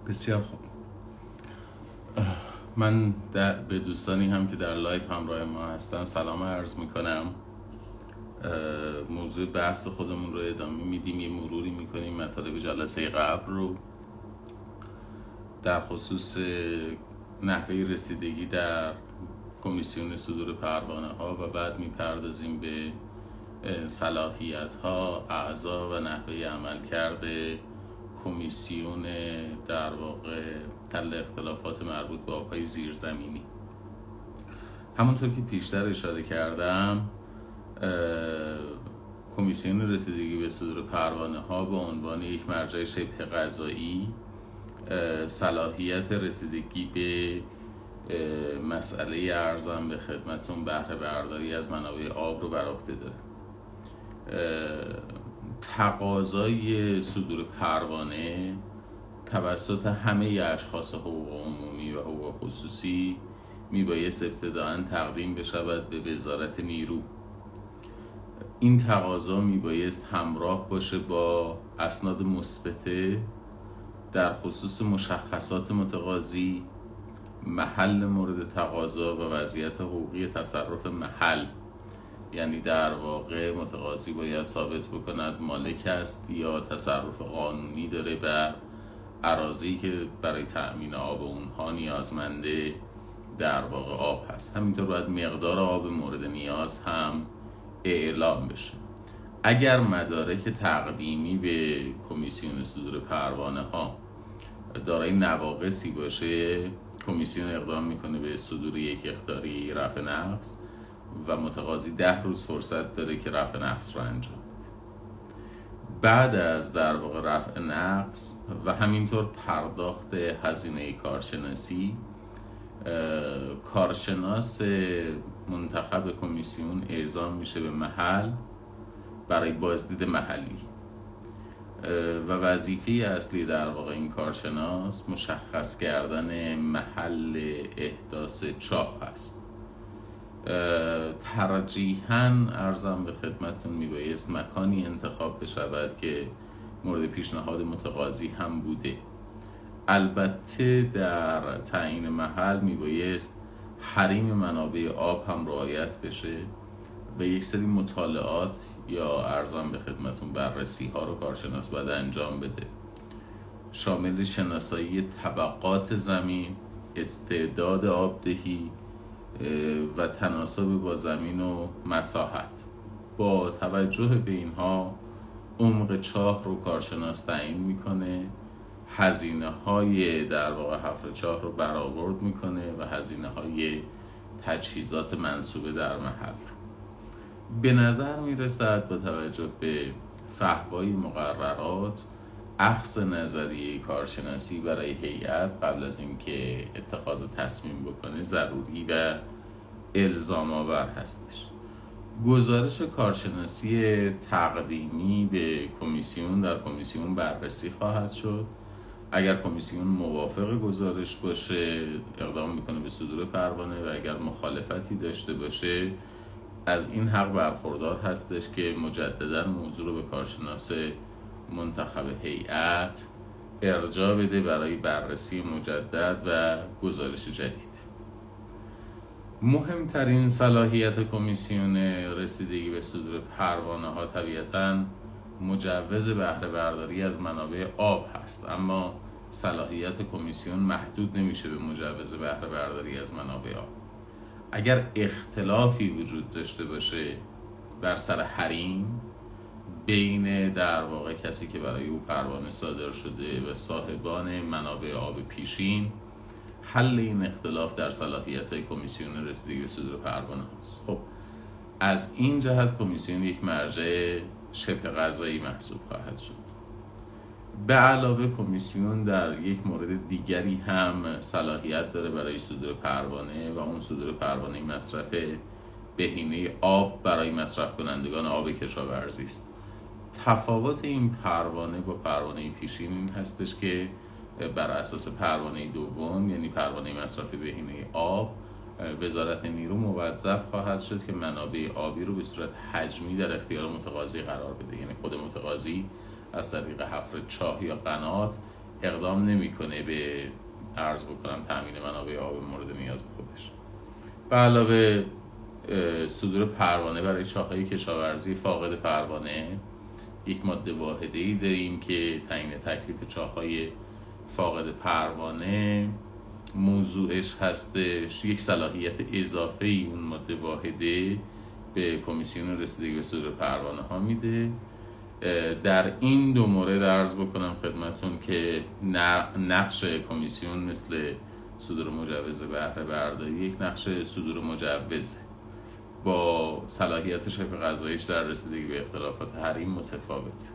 بسیار خوب. من به دوستانی هم که در لایف همراه ما هستن سلام عرض میکنم. موضوع بحث خودمون رو ادامه میدیم، یه مروری میکنیم مطالب جلسه قبل رو در خصوص نحوه رسیدگی در کمیسیون صدور پروانه ها و بعد میپردازیم به صلاحیت ها، اعضا و نحوه عمل کرده کمیسیون در واقع حل اختلافات مربوط به آبهای زیرزمینی. همونطور که پیشتر اشاره کردم، کمیسیون رسیدگی به صدور پروانه ها به عنوان یک مرجع شبه قضایی صلاحیت رسیدگی به مسئله ارزم به خدمتون بهره برداری از منابع آب رو بر عهده داره. تقاضای صدور پروانه توسط همه اشخاص حقوق عمومی و حقوق خصوصی میبایست ابتداعاً تقدیم بشود به وزارت نیرو. این تقاضا میبایست همراه باشه با اسناد مثبته در خصوص مشخصات متقاضی، محل مورد تقاضا و وضعیت حقوقی تصرف محل. یعنی در واقع متقاضی باید ثابت بکند مالک است یا تصرف قانونی داره بر اراضی که برای تأمین آب اونها نیازمنده در واقع آب هست. همینطور باید مقدار آب مورد نیاز هم اعلام بشه. اگر مدارک تقدیمی به کمیسیون صدور پروانه ها دارای نواقصی باشه، کمیسیون اقدام میکنه به صدور یک اخطاری رفع نقض و متقاضی 10 روز فرصت داره که رفع نقض رو انجام بده. بعد از در واقع رفع نقض و همینطور پرداخت هزینه کارشناسی، کارشناس منتخب کمیسیون اعزام میشه به محل برای بازدید محلی و وظیفه اصلی در واقع این کارشناس مشخص کردن محل احداث چاه هست. ترجیحاً ارزم به خدمتون میبایست مکانی انتخاب بشود که مورد پیشنهاد متقاضی هم بوده. البته در تعیین محل میبایست حریم منابع آب هم رعایت بشه و یک سری مطالعات یا ارزم به خدمتون بررسی ها رو کارشناس باید انجام بده، شامل شناسایی طبقات زمین، استعداد آبدهی و تناسب با زمین و مساحت. با توجه به اینها عمق چاه رو کارشناس تعیین میکنه، هزینه های در واقع حفر چاه رو برآورد میکنه و هزینه های تجهیزات منصوبه در محل. به نظر میرسد با توجه به فحوای مقررات، اخذ نظریه کارشناسی برای هیئت قبل از اینکه اتخاذ تصمیم بکنه ضروری و الزام آور هستش. گزارش کارشناسی تقدیمی به کمیسیون در کمیسیون بررسی خواهد شد. اگر کمیسیون موافق گزارش باشه اقدام میکنه به صدور پروانه و اگر مخالفتی داشته باشه از این حق برخوردار هستش که مجددا موضوع رو به کارشناس منتخب هیئت ارجاع بده برای بررسی مجدد و گزارش جدید. مهمترین صلاحیت کمیسیون رسیدگی به صدور پروانه ها طبیعتاً مجوز بهره برداری از منابع آب هست، اما صلاحیت کمیسیون محدود نمیشه به مجوز بهره برداری از منابع آب. اگر اختلافی وجود داشته باشه بر سر حریم بین در واقع کسی که برای او پروانه صادر شده و صاحبان منابع آب پیشین، حل این اختلاف در صلاحیت کمیسیون رسیدگی به صدور پروانه هست. خب از این جهت کمیسیون یک مرجع شبه قضایی محسوب خواهد شد. به علاوه کمیسیون در یک مورد دیگری هم صلاحیت داره برای صدور پروانه و اون صدور پروانه مصرف بهینه آب برای مصرف کنندگان آب کشاورزی است. تفاوت این پروانه با پروانه پیشین این هستش که بر اساس پروانه دوم یعنی پروانه مصرف بهینه آب، وزارت نیرو موظف خواهد شد که منابع آبی رو به صورت حجمی در اختیار متقاضی قرار بده. یعنی خود متقاضی از طریق حفر چاه یا قنات اقدام نمیکنه به عرض بکنم تامین منابع آب مورد نیاز خودش. به علاوه صدور پروانه برای چاه‌های کشاورزی فاقد پروانه، یک ماده واحده‌ای داریم که تعیین تکلیف چاه‌های فاقد پروانه موضوعش هستش. یک صلاحیت اضافه‌ای اون ماده واحده به کمیسیون رسیدگی به صدور پروانه ها میده. در این دو مورد عرض بکنم خدمتون که نقش کمیسیون مثل صدور مجوز بهره برداری یک نقش صدور مجوز با صلاحیت شبه قضاییش در رسیدگی به اختلافات حریم متفاوت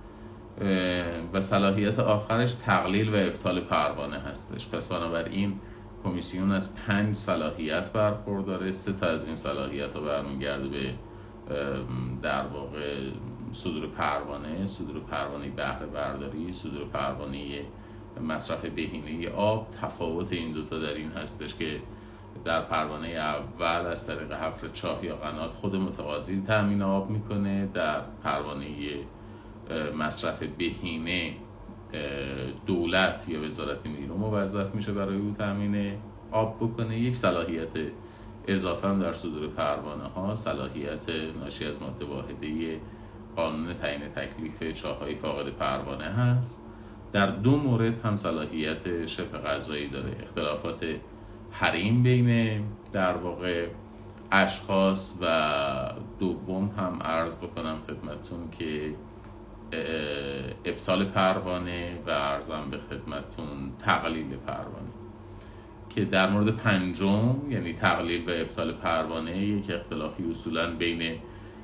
و صلاحیت آخرش تقلیل و ابطال پروانه هستش. پس بنابراین کمیسیون از 5 صلاحیت برخورداره. 3 تا از این صلاحیت ها برمیگرده به در واقع صدور پروانه بهره برداری، صدور پروانه مصرف بهینه آب. تفاوت این دوتا در این هستش که در پروانه اول از طریق حفر چاه یا قنات خود متقاضی تامین آب میکنه، در پروانه مصرف بهینه دولت یا وزارت نیرو موظف میشه برای او تامین آب بکنه. یک صلاحیت اضافه هم در صدور پروانه ها صلاحیت ناشی از ماده واحده قانون تعیین تکلیف چاه‌های فاقد پروانه هست. در 2 مورد هم صلاحیت شبه قضایی داره. اختلافات حریم بین در واقع اشخاص و دوم هم عرض بکنم خدمتون که ابطال پروانه و عرضم به خدمتون تقلیل پروانه که در مورد پنجم یعنی تقلیل و ابطال پروانه یک اختلافی اصولاً بین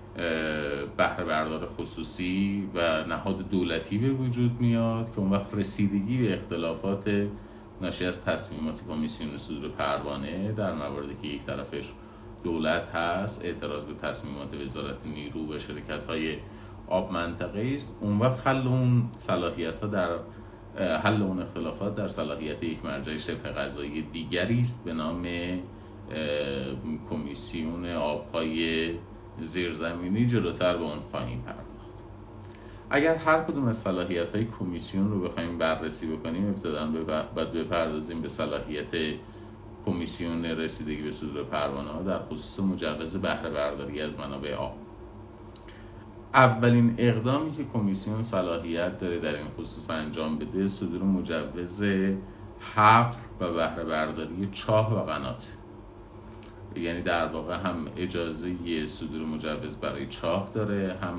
بهره بردار خصوصی و نهاد دولتی به وجود میاد که اون وقت رسیدگی به اختلافات ناشی از تصمیمات کمیسیون صدور پروانه در مواردی که یک طرفش دولت هست اعتراض به تصمیمات وزارت نیرو و شرکت‌های آب منطقه است، اون وقت حل اون صلاحیت‌ها در حل اون اختلافات در صلاحیت یک مرجع شبه قضایی دیگری است به نام کمیسیون آب‌های زیرزمینی. جلوتر به اون خواهیم پرداخت. اگر هر کدوم از صلاحیت‌های کمیسیون رو بخوایم بررسی بکنیم، ابتداً باید بپردازیم به صلاحیت کمیسیون رسیدگی به صدور پروانه‌ها در خصوص مجوز بهره برداری از منابع آب. اولین اقدامی که کمیسیون صلاحیت داره در این خصوص انجام بده صدور مجوز حفر و بهره برداری چاه و قنات، یعنی در واقع هم اجازه صدور مجوز برای چاه داره، هم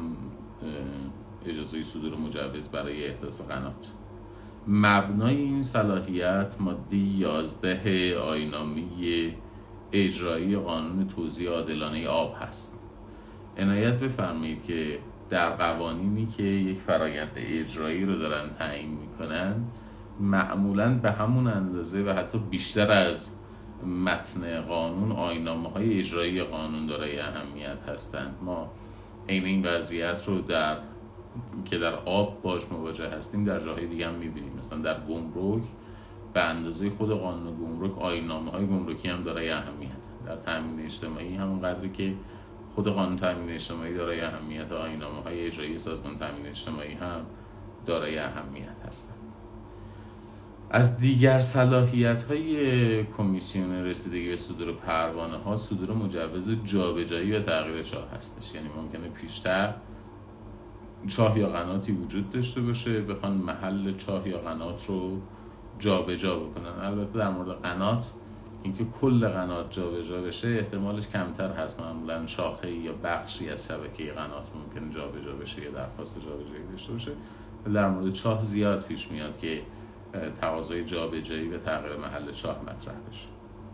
اجازه صدور مجوز برای احداث قنات. مبنای این صلاحیت ماده 11 آیین‌نامه اجرایی قانون توزیع عادلانه آب هست. عنایت بفرمایید که در قوانینی که یک فرآیند اجرایی رو دارن تعیین میکنن معمولاً به همون اندازه و حتی بیشتر از متن قانون آیین‌نامه‌های اجرایی قانون دارای اهمیت هستند. ما عین این وضعیت رو که در آب باش مواجه هستیم در جاهای دیگه هم می‌بینیم. مثلا در گمرک به اندازه خود قانون گمرک آیین‌نامه‌های گمرکی هم دارای اهمیت. در تامین اجتماعی همون قدری که خود قانون تامین اجتماعی دارای اهمیت، آیین‌نامه‌های اجرایی سازمان تامین اجتماعی هم دارای اهمیت هستند. از دیگر صلاحیت‌های کمیسیون رسیدگی به صدور پروانه‌ها صدور مجوز جابجایی و تغییر چاه هستش. یعنی ممکنه پیشتر چاه یا قناتی وجود داشته باشه، بخوان محل چاه یا قنات رو جابجا بکنن. البته در مورد قنات اینکه کل قنات جابجا بشه احتمالش کمتر هست، معمولا شاخه یا بخشی از شبکه قنات ممکنه جابجا بشه یا درخواست جابجایی داشته باشه. در مورد چاه زیاد پیش میاد که تقاضای جابجایی و تغییر محل چاه مطرح بشه.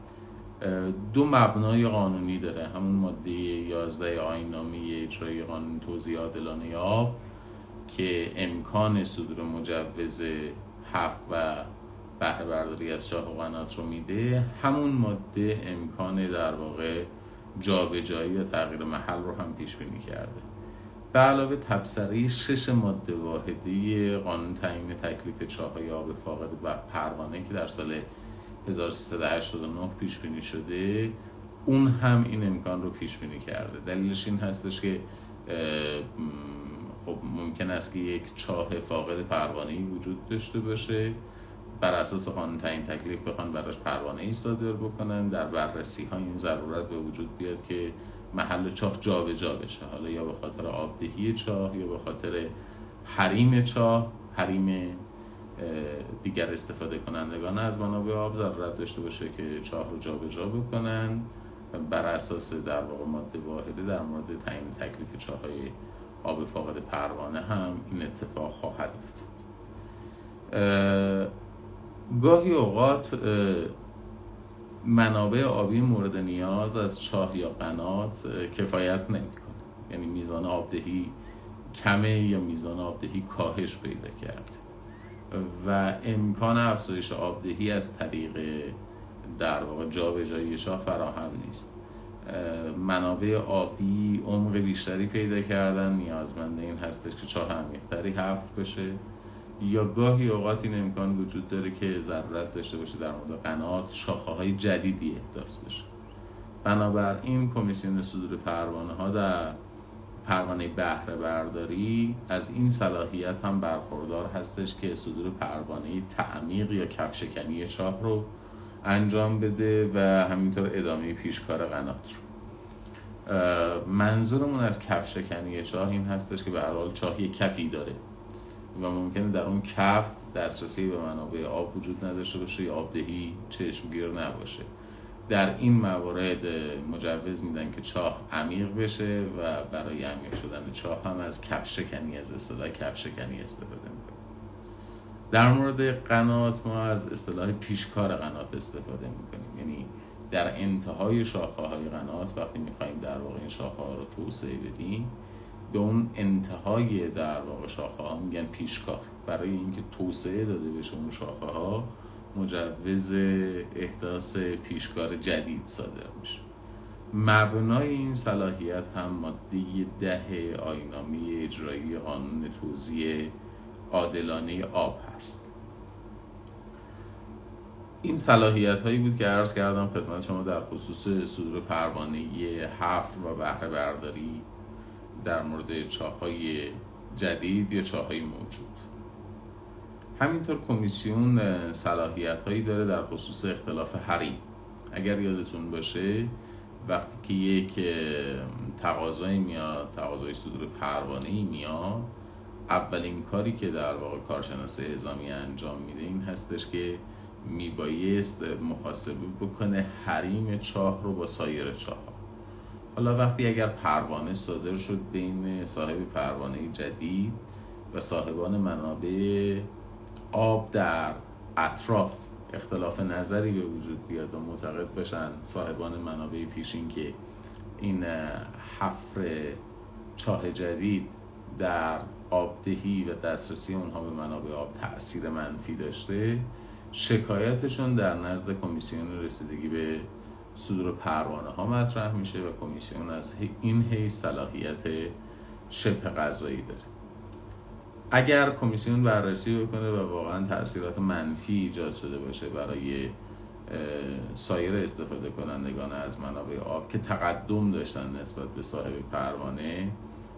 2 مبنای قانونی داره، همون ماده 11 آیین‌نامه اجرایی قانون توزیع عادلانه آب که امکان صدور مجوز حفر و بهره برداری از چاه و قنات رو میده، همون ماده امکان در واقع جابجایی و تغییر محل رو هم پیش بینی کرده. به علاوه تبصره 6 ماده واحده قانون تعیین تکلیف چاه‌های آب فاقد پروانه که در سال 1389 پیش بینی شده، اون هم این امکان رو پیش بینی کرده. دلیلش این هستش که خب ممکن است که یک چاه فاقد پروانه‌ای وجود داشته باشه، بر اساس قانون تعیین تکلیف بخوان براش پروانه‌ای صادر بکنن، در بررسی ها این ضرورت به وجود بیاد که محل چاه جابجا بشه، حالا یا به خاطر آبدهی چاه یا به خاطر حریم چاه، حریم دیگر استفاده کنندگان از منابع آب ضرورت داشته باشه که چاه رو جابجا بکنن. بر اساس در واقع ماده واحده در مورد تعیین تکلیف چاه‌های آب فاقد پروانه هم این اتفاق خواهد افتاد. گاهی اوقات منابع آبی مورد نیاز از چاه یا قنات کفایت نمی‌کنه، یعنی میزان آبدهی کمه یا میزان آبدهی کاهش پیدا کرده و امکان افزایش آبدهی از طریق در واقع جابجایی چاه فراهم نیست. منابع آبی عمق بیشتری پیدا کردن، نیازمند این هستش که چاه عمیق‌تری حفر بشه، یا گاهی اوقات این امکان وجود داره که ضرورت داشته باشه در مورد قنات شاخه‌های جدیدی احداث بشه. بنابراین کمیسیون صدور پروانه ها در پروانه بهره برداری از این صلاحیت هم برخوردار هستش که صدور پروانه تعمیق یا کفشکنی چاه رو انجام بده و همینطور ادامه پیشکار قنات رو. منظورمون از کفشکنی چاه این هستش که به هر حال چاه یک کفی داره و ممکنه در اون کف دسترسی به منابع آب وجود نداشته باشه یا آبدهی چشمگیر نباشه. در این موارد مجوز میدن که چاه عمیق بشه و برای عمیق شدن چاه هم از کفشکنی، از اصطلاح کفشکنی استفاده میکنیم. در مورد قنات ما از اصطلاح پیشکار قنات استفاده میکنیم، یعنی در انتهای شاخه‌های قنات وقتی میخوایم در واقع این شاخه‌ها رو توسعه بدیم، به اون انتهای در واقع شاخه‌ها میگن پیشکار. برای اینکه توسعه داده بشه اون شاخه‌ها مجوز احداث پیشکار جدید صادر میشه. مبنای این صلاحیت هم ماده 10 آیین‌نامه اجرایی قانون توزیع عادلانه آب هست. این صلاحیت هایی بود که عرض کردم خدمت شما در خصوص صدور پروانه حفر و بهره برداری در مورد چاه‌های جدید یا چاه‌های موجود. همینطور کمیسیون صلاحیت هایی داره در خصوص اختلاف حریم. اگر یادتون باشه وقتی که یک تقاضایی میاد، تقاضای صدور پروانه‌ای میاد، اولین کاری که در واقع کارشناس اعزامی انجام میده این هستش که میبایست محاسبه بکنه حریم چاه رو با سایر چاه‌ها. حالا وقتی اگر پروانه صادر شد بین صاحب پروانه جدید و صاحبان منابع آب در اطراف اختلاف نظری به وجود بیاد و معتقد باشن صاحبان منابع پیشین که این حفر چاه جدید در آبدهی و دسترسی اونها به منابع آب تأثیر منفی داشته، شکایتشون در نزد کمیسیون رسیدگی به صدور پروانه ها مطرح میشه و کمیسیون از این حیث صلاحیت شبه قضایی داره. اگر کمیسیون بررسی بکنه و واقعا تأثیرات منفی ایجاد شده باشه برای سایر استفاده کنندگان از منابع آب که تقدم داشتن نسبت به صاحب پروانه،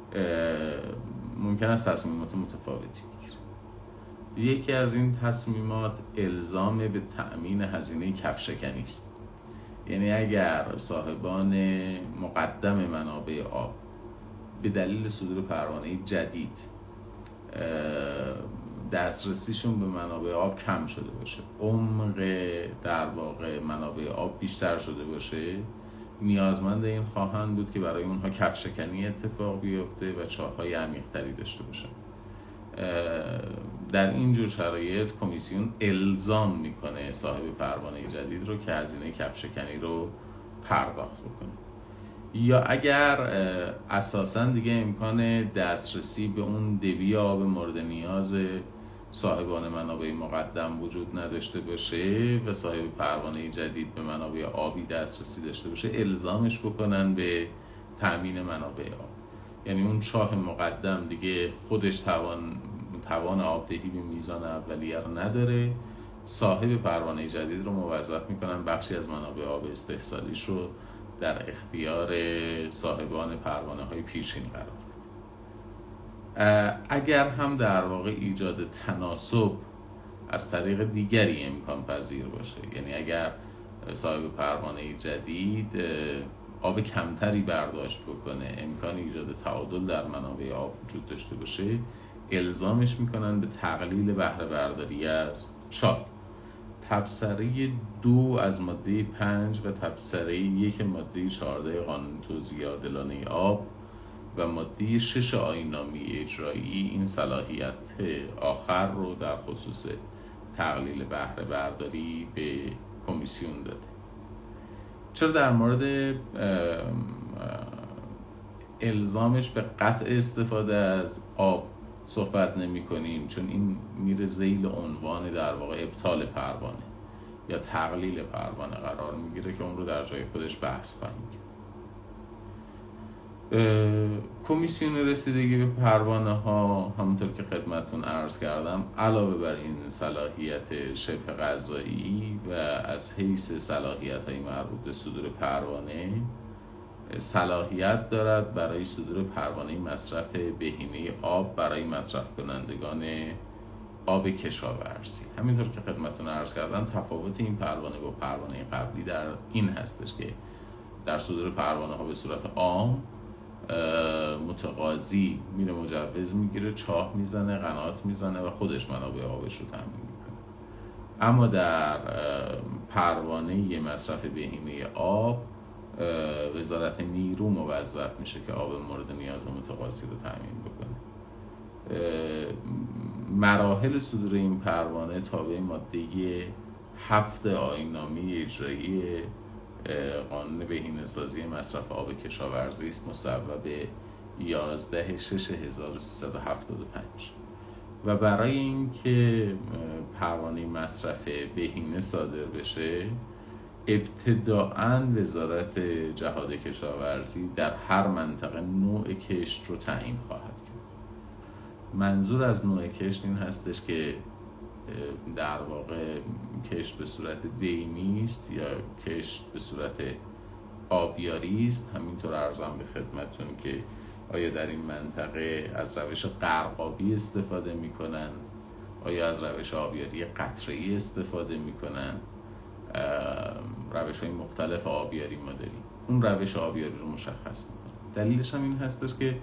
ممکن است تصمیمات متفاوتی بگیره. یکی از این تصمیمات الزام به تأمین هزینه کفشکنی است. یعنی اگر صاحبان مقدم منابع آب به دلیل صدور پروانه جدید دسترسیشون به منابع آب کم شده باشه، عمق در واقع منابع آب بیشتر شده باشه، نیازمند این خواهند بود که برای اونها کفشکنی اتفاق بیفته و چاه‌های عمیق‌تری داشته باشن. در این جور شرایط کمیسیون الزام میکنه صاحب پروانه جدید رو که هزینه کفشکنی رو پرداخت بکنه. یا اگر اساساً دیگه امکان دسترسی به اون دبی آب مورد نیاز صاحبان منابع مقدم وجود نداشته باشه و صاحب پروانه جدید به منابع آبی دسترسی داشته باشه، الزامش بکنن به تأمین منابع آب. یعنی اون چاه مقدم دیگه خودش توان آبدهی به میزان اولیه رو نداره، صاحب پروانه جدید رو موظف میکنن بخشی از منابع آب استحصالیش رو در اختیار صاحبان پروانه های پیشین قرار بده. اگر هم در واقع ایجاد تناسب از طریق دیگری امکان پذیر باشه، یعنی اگر صاحب پروانه جدید آب کمتری برداشت بکنه، امکان ایجاد تعادل در منابع آب وجود داشته باشه، الزامش میکنن به تقلیل بهره برداری از چاه. تبصره 2 از ماده 5 و تبصره 1 ماده 14 قانون توزیع عادلانه آب و ماده 6 آیین‌نامه اجرایی این صلاحیت آخر رو در خصوص تقلیل بهره برداری به کمیسیون داده. چرا در مورد الزامش به قطع استفاده از آب صحبت نمی کنیم؟ چون این میره ذیل عنوان در واقع ابطال پروانه یا تقلیل پروانه قرار میگیره که اون رو در جای خودش بحث خواهیم کرد. کمیسیون رسیدگی به پروانه ها همونطور که خدمتون عرض کردم، علاوه بر این صلاحیت شبه قضایی و از حیث صلاحیت های مربوط به صدور پروانه، صلاحیت دارد برای صدور پروانه مصرف بهینه آب برای مصرف کنندگان آب کشاورزی. همینطور که خدمتون عرض کردم، تفاوت این پروانه با پروانه قبلی در این هستش که در صدور پروانه ها به صورت عام متقاضی میره مجوز میگیره، چاه میزنه، قنات میزنه و خودش منابع آبش رو تامین میکنه. اما در پروانه مصرف بهینه آب وزارت نیرو موظف میشه که آب مورد نیاز متقاضی رو تامین بکنه. مراحل صدور این پروانه تابع ماده 7 آیین‌نامه اجرایی قانون بهینه‌سازی مصرف آب کشاورزی است، مصوب 11/6/1375. و برای اینکه پروانه مصرف بهینه صادر بشه، ابتداعاً وزارت جهاد کشاورزی در هر منطقه نوع کشت رو تعیین خواهد کرد. منظور از نوع کشت این هستش که در واقع کشت به صورت دیمی است یا کشت به صورت آبیاری است. همینطور عرضم به خدمتتون که آیا در این منطقه از روش غرقابی استفاده می‌کنند، آیا از روش آبیاری قطره‌ای استفاده می‌کنند. روش‌های مختلف آبیاری ما داریم، اون روش آبیاری رو مشخص می‌کنه. دلیلش هم این هستش که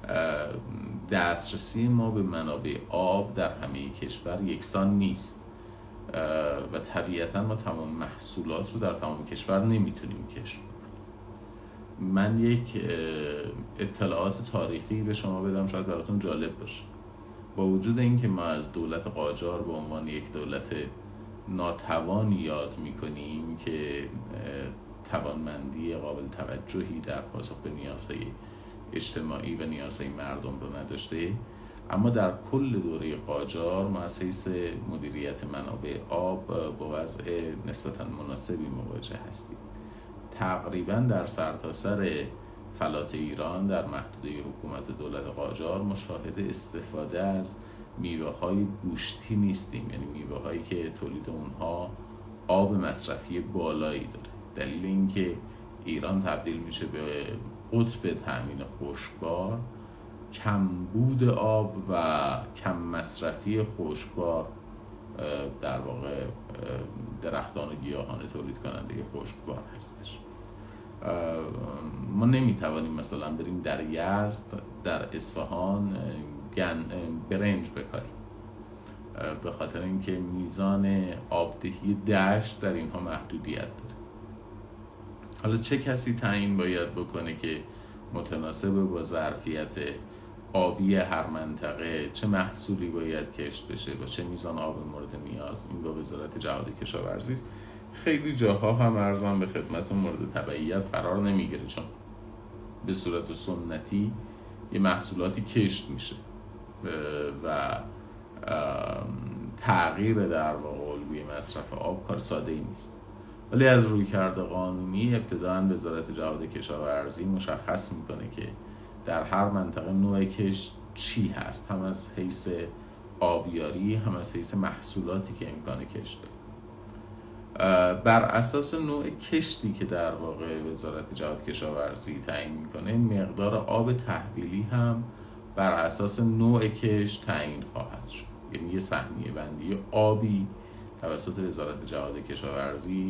دسترسی ما به منابع آب در همه کشور یکسان نیست و طبیعتاً ما تمام محصولات رو در تمام کشور نمیتونیم کشت کنیم. من یک اطلاعات تاریخی به شما بدم، شاید براتون جالب باشه. با وجود اینکه ما از دولت قاجار به عنوان یک دولت ناتوان یاد میکنیم که توانمندی قابل توجهی در پاسخ به نیازهای اجتماعی و نیازهای مردم رو نداشته، اما در کل دوره قاجار ما از حیث مدیریت منابع آب با وضع نسبتاً مناسبی مواجه هستیم. تقریباً در سرتاسر فلات ایران در محدوده حکومت دولت قاجار مشاهده استفاده از میوه‌های گوشتی نیستیم، یعنی میوه‌هایی که تولید اونها آب مصرفی بالایی داره. دلیل اینکه ایران تبدیل میشه به قطب تامین خشکبار، کمبود آب و کم مصرفی خشکبار در واقع درختان و گیاهان تولید کننده خشکبار هستش. ما نمیتوانیم مثلا بریم در یزد، در اصفهان برنج بکاریم به خاطر اینکه میزان آبدهی دشت در اینها محدودیت داره. حالا چه کسی تعیین باید بکنه که متناسب با ظرفیت آبی هر منطقه چه محصولی باید کشت بشه با چه میزان آب مورد نیاز؟ این با وزارت جهاد کشاورزی است. خیلی جاها هم عرضم به خدمتون مورد تبعیت قرار نمیگیره، چون به صورت سنتی یه محصولاتی کشت میشه و تغییر در واقع الگوی مصرف آب کار ساده ای نیست. ولی از رویکرد قانونی ابتداءً وزارت جهاد کشاورزی مشخص میکنه که در هر منطقه نوع کشت چی هست، هم از حیث آبیاری هم از حیث محصولاتی که امکان کشت داره. بر اساس نوع کشتی که در واقع وزارت جهاد کشاورزی تعیین میکنه، مقدار آب تحویلی هم بر اساس نوع کشت تعیین خواهد شد. یعنی یه سهمیه بندی آبی توسط وزارت جهاد کشاورزی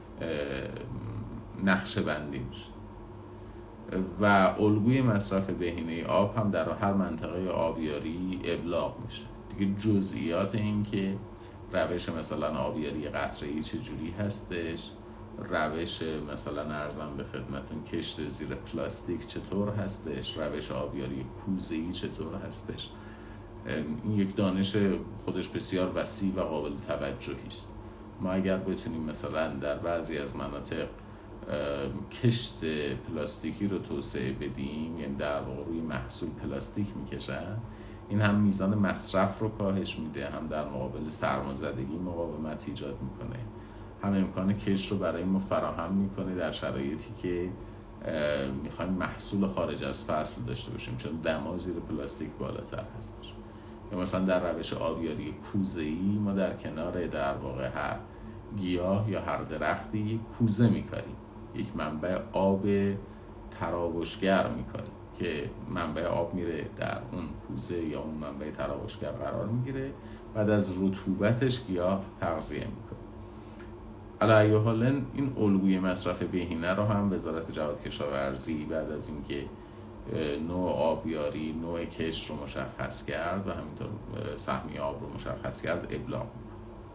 نقشه بندی میشه و الگوی مصرف بهینه آب هم در هر منطقه آبیاری ابلاغ میشه. دیگه جزئیات این که روش مثلا آبیاری قطره‌ای چجوری هستش، روش مثلا ارزم به خدمتون کشت زیر پلاستیک چطور هستش، روش آبیاری کوزه‌ای چطور هستش، این یک دانش خودش بسیار وسیع و قابل توجهی است. ما اگر بتونیم مثلا در بعضی از مناطق کشت پلاستیکی رو توسعه بدیم، یعنی در واقع روی محصول پلاستیک میکشن، این هم میزان مصرف رو کاهش میده، هم در مقابل سرمازدگی مقاومت ایجاد میکنه، هم امکان کشت رو برای ما فراهم میکنه در شرایطی که میخوایم محصول خارج از فصل داشته باشیم، چون دما زیر پلاستیک بالاتر هستش. یا مثلا در روش آبیاری کوزه‌ای ما در کنار در واقع هر گیاه یا هر درختی یک کوزه میکاریم، یک منبع آب تراوشگر میکنیم که منبع آب میره در اون کوزه یا اون منبع تراوشگر قرار میگیره، بعد از رطوبتش گیاه تغذیه میکنه. علی ای حال این الگوی مصرف بهینه رو هم وزارت جهاد کشاورزی بعد از اینکه نوع آبیاری، نوع کشت رو مشخص کرد و همینطور سهمیه آب رو مشخص کرد ابلاغ میکنه.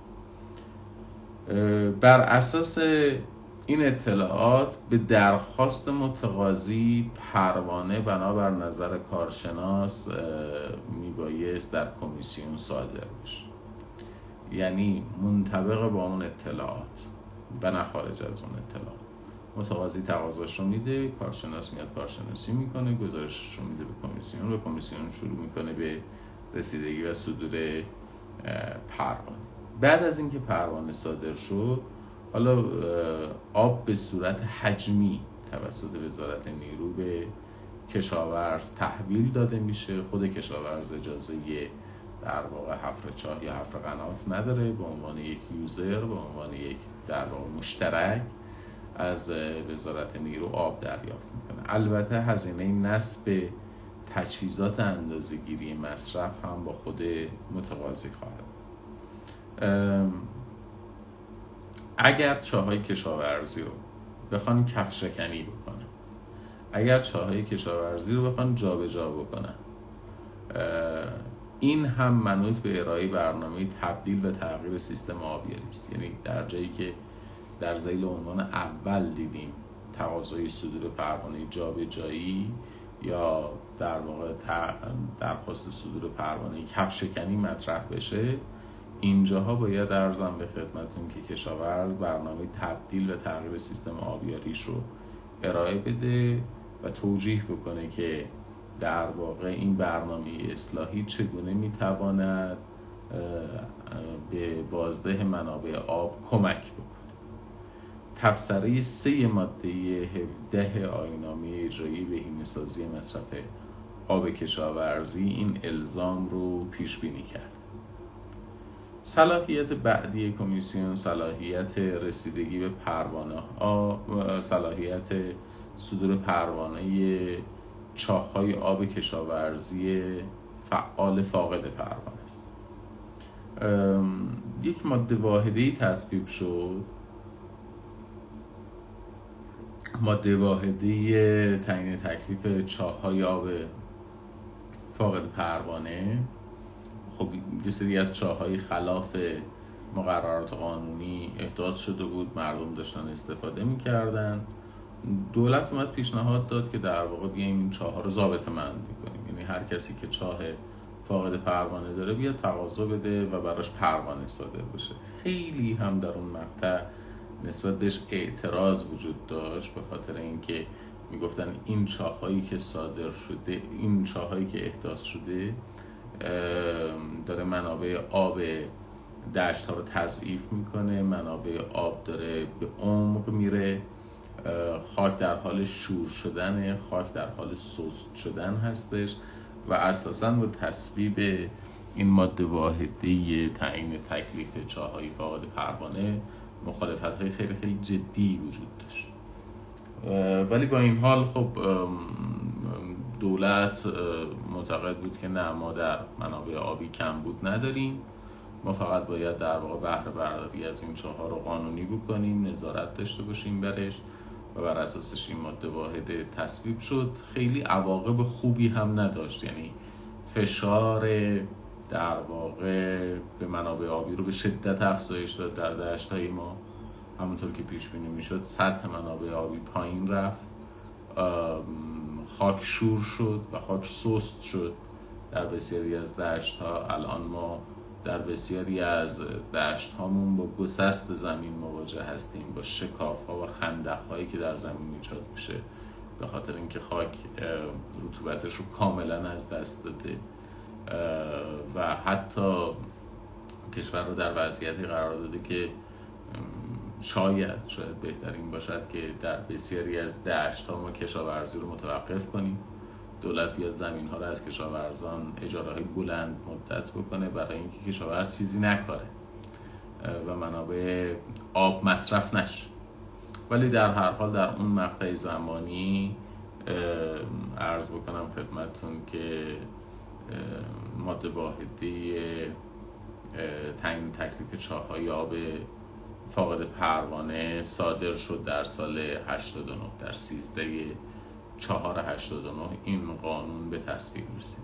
بر اساس این اطلاعات به درخواست متقاضی پروانه بنابر نظر کارشناس میبایست در کمیسیون صادر بشه، یعنی منطبق با اون اطلاعات و نه خارج از اون اطلاعات. متقاضی تقاضاش رو میده، کارشناس میاد کارشناسی میکنه، گزارشش رو میده به کمیسیون و کمیسیون شروع میکنه به رسیدگی و صدور پروانه. بعد از اینکه پروانه صادر شد، حالا آب به صورت حجمی توسط وزارت نیرو به کشاورز تحویل داده میشه. خود کشاورز اجازه در واقع حفر چاه یا حفر قنات نداره، به عنوان یک یوزر، به عنوان یک در واقع مشترک از وزارت نیرو آب دریافت میکنه. البته هزینه نصب تجهیزات اندازه‌گیری مصرف هم با خود متقاضی خواهد. اگر چاهای کشاورزی رو بخوان کفشکنی بکنن، اگر چاهای کشاورزی رو بخوان جابجا بکنن، این هم منوط به ارائه برنامه تبدیل و تغییر سیستم آبیاری است. یعنی در جایی که در ذیل عنوان اول دیدیم تقاضای صدور پروانه جابجایی یا در واقع درخواست صدور پروانه کفشکنی مطرح بشه، اینجاها باید ارزم به خدمتون که کشاورز برنامه تبدیل و تغییر سیستم آبیاریش رو ارائه بده و توجیه بکنه که در واقع این برنامه اصلاحی چگونه میتواند به بازده منابع آب کمک بکنه. تبصره 3 ماده 17 آیین‌نامه اجرایی بهینه‌سازی مصرف آب کشاورزی این الزام رو پیش بینی کرد. صلاحیت بعدی کمیسیون صلاحیت رسیدگی به پروانه ها، صلاحیت صدور پروانه چاه‌های آب کشاورزی فعال فاقد پروانه است. یک ماده واحده‌ای تصویب شد، ماده واحده تعیین تکلیف چاه‌های آب فاقد پروانه. خب یه سری از چاه‌های خلاف مقررات قانونی احداث شده بود، مردم داشتن استفاده می‌کردن. دولت اومد پیشنهاد داد که در واقع بیایم این چاه‌ها رو ضابطه‌بندی کنیم، یعنی هر کسی که چاه فاقد پروانه داره بیاد تقاضا بده و براش پروانه صادر بشه. خیلی هم در اون مقطع نسبت بهش اعتراض وجود داشت، به خاطر اینکه میگفتن این چاه‌هایی که صادر شده، این چاه‌هایی که احداث شده داره منابع آب دشت ها رو تضعیف میکنه، منابع آب داره به عمق میره، خاک در حال شور شدن، خاک در حال سست شدن هستش و اساساً با تصویب این ماده واحده تعیین تکلیف چاه‌های فاقد پروانه مخالفت‌های خیلی خیلی جدی وجود داشت. ولی با این حال خب دولت معتقد بود که نه، ما در منابع آبی کم بود نداریم، ما فقط باید در واقع بهره برداری از این چاه‌ها رو قانونی بکنیم، نظارت داشته باشیم برش و بر اساسش این ماده واحد تصویب شد. خیلی عواقب خوبی هم نداشت، یعنی فشار در واقع به منابع آبی رو به شدت افزایش داد در دشت‌های ما. همونطور که پیش بینی میشد سطح منابع آبی پایین رفت، خاک شور شد و خاک سست شد در بسیاری از دشت‌ها. الان ما در بسیاری از دشت‌هامون با گسست زمین مواجه هستیم، با شکاف‌ها و خندق‌هایی که در زمین ایجاد میشه به خاطر اینکه خاک رطوبتش رو کاملا از دست داده و حتی کشور رو در وضعیتی قرار داده که شاید بهترین باشد که در بسیاری از دشت‌ها ما کشاورزی رو متوقف کنیم، دولت بیاد زمین‌ها رو از کشاورزان اجاره‌های بلند مدت بکنه برای اینکه کشاورز چیزی نکاره و منابع آب مصرف نشه. ولی در هر حال در اون مقطع زمانی عرض بکنم خدمتتون که ماده واحدی تعیین تکلیف چاه‌های آب فاقد پروانه صادر شد در سال 89. در 13/4/89 این قانون به تصویب رسید.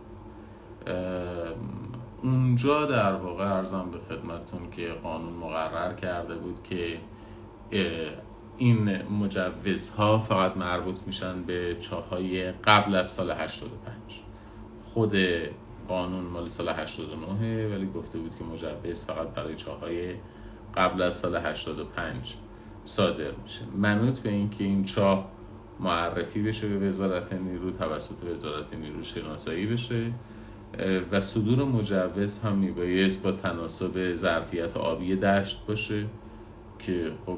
اونجا در واقع عرضم به خدمتتون که قانون مقرر کرده بود که این مجوزها فقط مربوط میشن به چاه‌های قبل از سال 85. خود قانون مال سال 89 ولی گفته بود که مجوز فقط برای چاه‌های قبل از سال 85 صادر میشه، منوط به اینکه این چاه معرفی بشه به وزارت نیرو، توسط وزارت نیرو شناسایی بشه و صدور مجوز هم میبایست با تناسب ظرفیت آبی دشت باشه که خب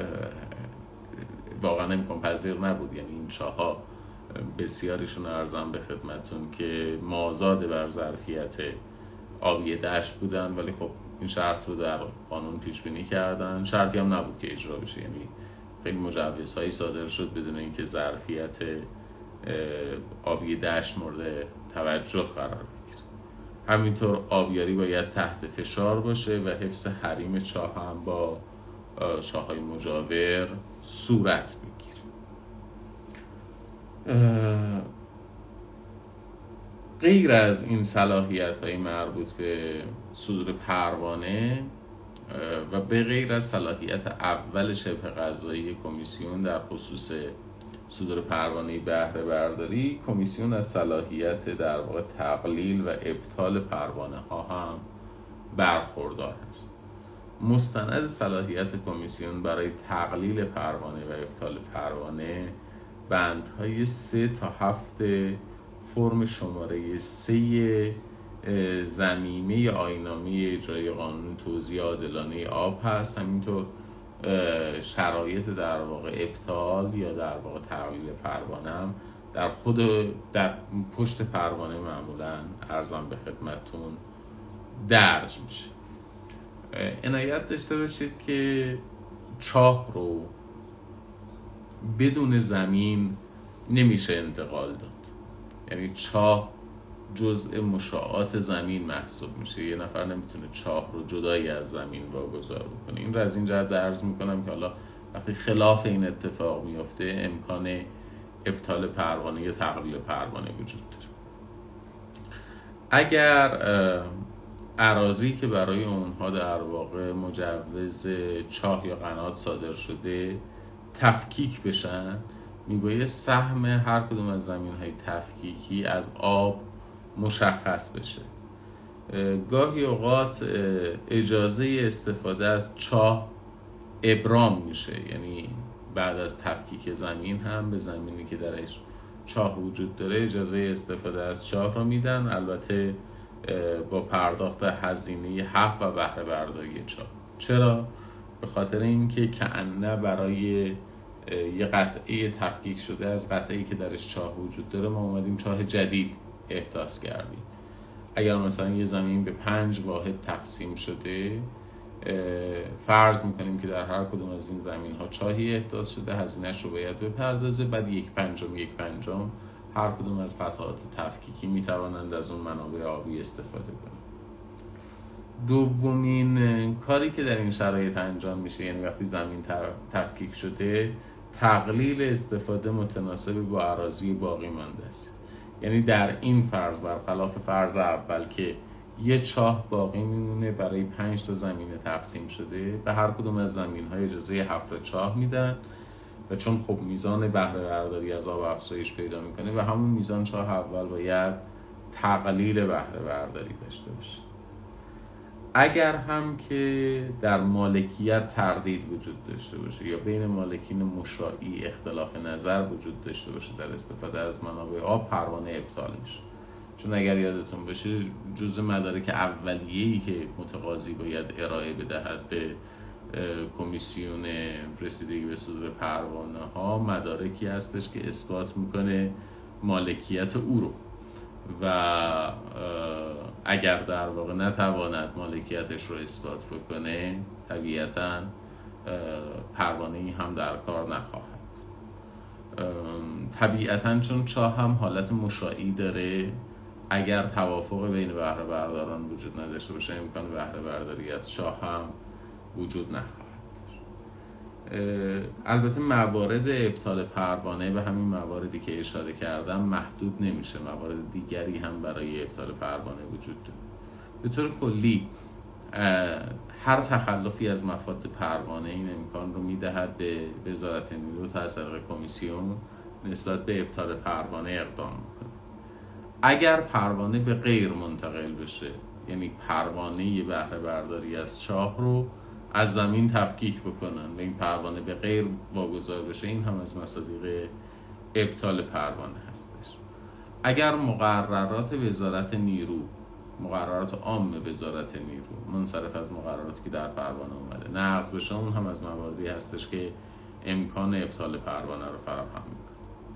واقعا امکان پذیر نبود. یعنی این چاه‌ها بسیارشون ارزم به خدمتون که مازاد بر ظرفیت آبی دشت بودن، ولی خب این شرط رو در قانون پیش بینی کردن، شرطی هم نبود که اجرا بشه. یعنی خیلی مجوزهایی صادر شد بدون اینکه ظرفیت آبی دشت مورد توجه قرار بگیره. همینطور آبیاری باید تحت فشار باشه و حفظ حریم چاه هم با چاه‌های مجاور صورت بگیره. غیر از این صلاحیت‌های مربوط به صدور پروانه و به غیر از صلاحیت اول شبه قضایی کمیسیون در خصوص صدور پروانه بهره برداری، کمیسیون از صلاحیت در واقع تقلیل و ابطال پروانه ها هم برخوردار است. مستند صلاحیت کمیسیون برای تقلیل پروانه و ابطال پروانه بندهای 3 تا 7 فرم شماره 3 ضمیمه آیین‌نامه اجرایی قانون توزیع عادلانه آب هست. همینطور شرایط در واقع ابطال یا در واقع تقلیل پروانه هم در پشت پروانه معمولاً ارزم به خدمتتون درج میشه. عنایت داشته باشید که چاه رو بدون زمین نمیشه انتقال داد، یعنی چاه جزء مشاعات زمین محسوب میشه. یه نفر نمیتونه چاه رو جدایی از زمین واگذار بکنه. این رو از این جهت عرض میکنم که حالا وقتی خلاف این اتفاق میفته امکان ابطال پروانه یا تقلیل پروانه وجود داره. اگر اراضی که برای اونها در واقع مجوز چاه یا قنات صادر شده تفکیک بشن، میبایست سهم هر کدوم از زمین‌های تفکیکی از آب مشخص بشه. گاهی اوقات اجازه استفاده از چاه ابرام میشه، یعنی بعد از تفکیک زمین هم به زمینی که درش چاه وجود داره اجازه استفاده از چاه رو میدن، البته با پرداخت هزینه حق و بهره برداری چاه. چرا؟ به خاطر اینکه کأنه برای یه قطعه تفکیک شده از قطعه‌ای که درش چاه وجود داره ما اومدیم چاه جدید احداث کردیم. اگر مثلا یه زمین به 5 واحد تقسیم شده، فرض میکنیم که در هر کدوم از این زمین ها چاهی احداث شده، هزینه‌اش رو باید بپردازه، بعد 1/5 هر کدوم از قطعات تفکیکی میتوانند از اون منابع آبی استفاده کنند. دومین کاری که در این شرایط انجام میشه، یعنی وقتی زمین تفکیک شده، تقلیل استفاده متناسب با اراضی باقی مانده است. یعنی در این فرض، برخلاف فرض اول که یه چاه باقی میمونه برای 5 تا زمین تقسیم شده، به هر کدوم از زمین‌های اجازه حفر چاه میدن و چون خب میزان بهره برداری از آب افزایش پیدا میکنه و همون میزان چاه اول باید تقلیل بهره برداری داشته باشه. اگر هم که در مالکیت تردید وجود داشته باشه یا بین مالکین مشاعی اختلاف نظر وجود داشته باشه در استفاده از منابع آب، پروانه ابطال میشه. چون اگر یادتون باشه جزء مدارک اولیه‌ای که متقاضی باید ارائه بدهد به کمیسیون رسیدگی به صدور پروانه ها مدارکی هستش که اثبات میکنه مالکیت او رو و اگر در واقع نتواند مالکیتش رو اثبات بکنه طبیعتاً پروانه‌ای هم در کار نخواهد. طبیعتاً چون چاه هم حالت مشاعی داره، اگر توافق بین بهره برداران وجود نداشته باشه امکان بهره برداری از چاه هم وجود نخواهد. البته موارد ابطال پروانه به همین مواردی که اشاره کردم محدود نمیشه، موارد دیگری هم برای ابطال پروانه وجود داره. به طور کلی هر تخلفی از مفاد پروانه این امکان رو میدهد به وزارت نیرو تا از طریق کمیسیون نسبت به ابطال پروانه اقدام کنه. اگر پروانه به غیر منتقل بشه، یعنی پروانه بهره برداری از چاه رو از زمین تفکیک بکنن و این پروانه به غیر واگذار بشه، این هم از مصادیق ابطال پروانه هستش. اگر مقررات وزارت نیرو، مقررات عام وزارت نیرو منصرف از مقرراتی که در پروانه اومده نقض بشه، اون هم از مواردی هستش که امکان ابطال پروانه رو فراهم میکنه.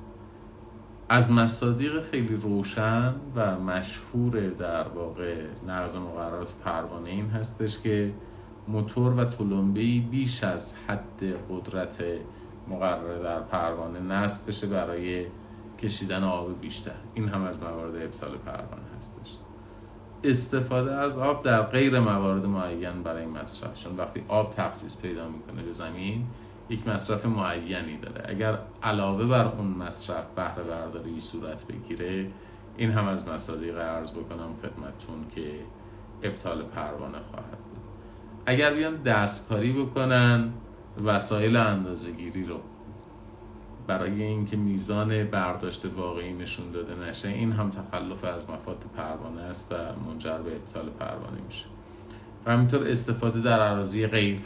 از مصادیق خیلی روشن و مشهور در واقع نقض مقررات پروانه این هستش که موتور و تلمبه‌ای بیش از حد قدرت مقرره در پروانه نصب بشه برای کشیدن آب بیشتر. این هم از موارد ابطال پروانه هستش. استفاده از آب در غیر موارد معین برای مصرف، چون وقتی آب تخصیص پیدا میکنه به زمین یک مصرف معینی داره، اگر علاوه بر اون مصرف بهره برداری صورت بگیره، این هم از مصادیق عرض بکنم خدمتتون که ابطال پروانه خواهد بود. اگر بیان دستکاری بکنن وسایل اندازه‌گیری رو برای اینکه میزان برداشت واقعی نشون داده نشه، این هم تخلف از مفاد پروانه است و منجر به ابطال پروانه میشه. و همینطور استفاده در اراضی غیر،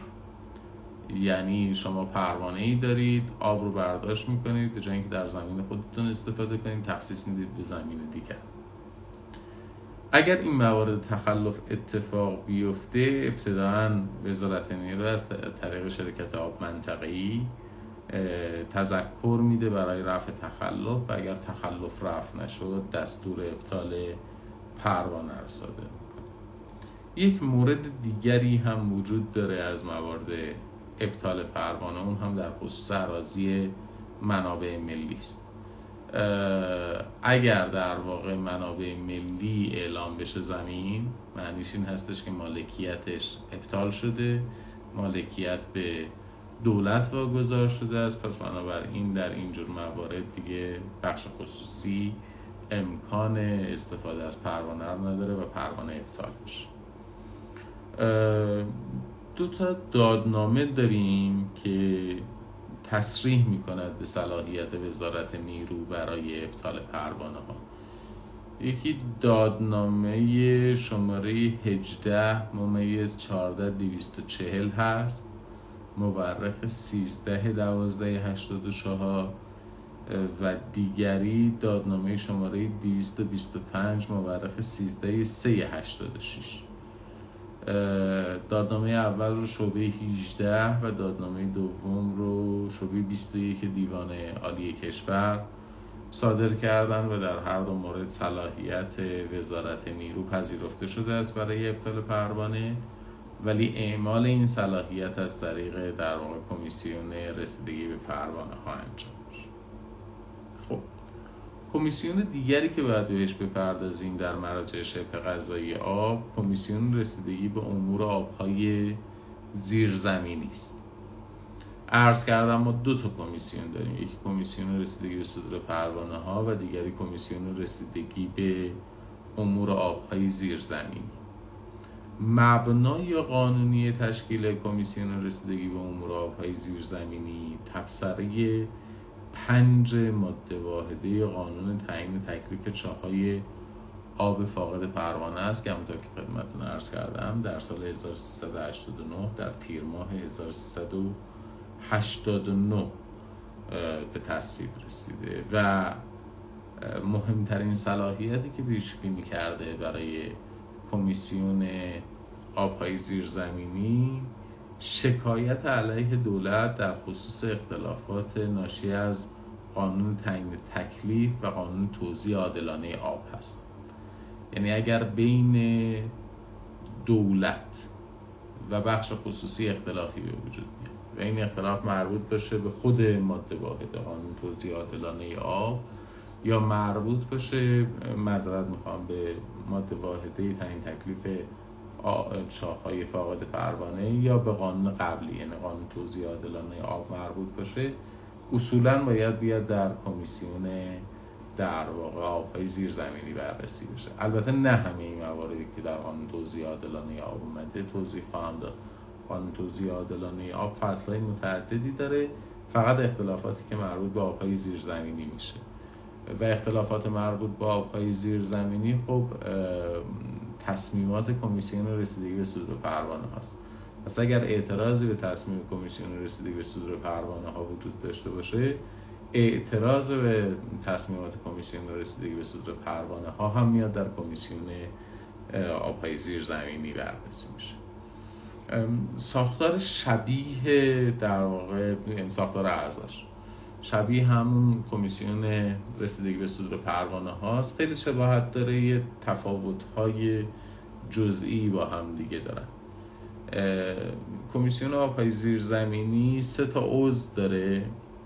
یعنی شما پروانه‌ای دارید، آب رو برداشت میکنید، به جای اینکه در زمین خودتون استفاده کنید تخصیص میدید به زمین دیگر. اگر این موارد تخلف اتفاق بیفته، ابتداً وزارت نیرو از طریق شرکت آب منطقه‌ای تذکر میده برای رفع تخلف و اگر تخلف رفع نشد دستور ابطال پروانه رو صادر میکنه. یک مورد دیگری هم وجود داره از موارد ابطال پروانه، اون هم در خصوص اراضی منابع ملی است. اگر در واقع منابع ملی اعلام بشه زمین، معنیش این هستش که مالکیتش ابطال شده، مالکیت به دولت واگذار شده است، پس بنابراین در اینجور موارد دیگه بخش خصوصی امکان استفاده از پروانه رو نداره و پروانه ابطال میشه. 2 تا دادنامه داریم که تصریح میکند به صلاحیت وزارت نیرو برای ابطال پروانه ها. یکی دادنامه شماره 18/14/240 هست، مورخ 13/12/84 و دیگری دادنامه شماره 225 مورخ 13/3/86. دادنامه اول رو شعبه 18 و دادنامه دوم رو شعبه 21 دیوان عالی کشور صادر کردن و در هر دو مورد صلاحیت وزارت نیرو پذیرفته شده است برای ابطال پروانه، ولی اعمال این صلاحیت از طریق در واقع کمیسیون رسیدگی به پروانه ها انجام میشه. خب کمیسیون دیگری که باید بهش بپردازیم در مراجع شبه قضایی آب، کمیسیون رسیدگی به امور آبهای زیرزمینی است. عرض کردم ما 2 تا کمیسیون داریم، یکی کمیسیون رسیدگی به صدور پروانه ها و دیگری کمیسیون رسیدگی به امور آبهای زیرزمینی. مبنای قانونی تشکیل کمیسیون رسیدگی به امور آبهای زیرزمینی تبصره 5 ماده واحده قانون تعیین تکلیف چاهای آب فاقد پروانه است که همونطور که خدمتتون عرض کردم در سال 1389 در تیر ماه 1389 به تصویب رسیده و مهمترین صلاحیتی که پیش بینی کرده برای کمیسیون آبهای زیرزمینی شکایت علیه دولت در خصوص اختلافات ناشی از قانون تعیین تکلیف و قانون توزیع عادلانه آب هست. یعنی اگر بین دولت و بخش خصوصی اختلافی به وجود بیاد و این اختلاف مربوط باشه به خود ماده واحد قانون توزیع عادلانه آب یا مربوط باشه به ماده واحده تعیین تکلیف چاه‌های فاقد پروانه یا به قانون قبلی یعنی قانون توزیع عادلانه آب مربوط باشه، اصولاً باید بیاد در کمیسیون در واقع آبهای زیرزمینی بررسی بشه. البته نه همه این مواردی که در قانون توزیع عادلانه آب اومده توضیح خواهم داد. قانون توزیع عادلانه آب فصل‌های متعددی داره، فقط اختلافاتی که مربوط به آبهای زیرزمینی میشه و اختلافات مربوط به آبهای زیرزمینی خب تصمیمات کمیسیون رسیدگی به صدور پروانه هاست. پس اگر اعتراضی به تصمیم کمیسیون رسیدگی به صدور پروانه ها وجود داشته باشه، اعتراض به تصمیمات کمیسیون رسیدگی به صدور پروانه ها هم میاد در کمیسیون آبهای زیرزمینی بررسی میشه. ساختار شبیه در واقع ساختار اعضاش شبیه همون کمیسیون رسیدگی به صدور پروانه هاست، خیلی شباهت داره، یه تفاوت‌های جزئی با هم دیگه دارن. کمیسیون آبهای زیرزمینی 3 تا عضو داره.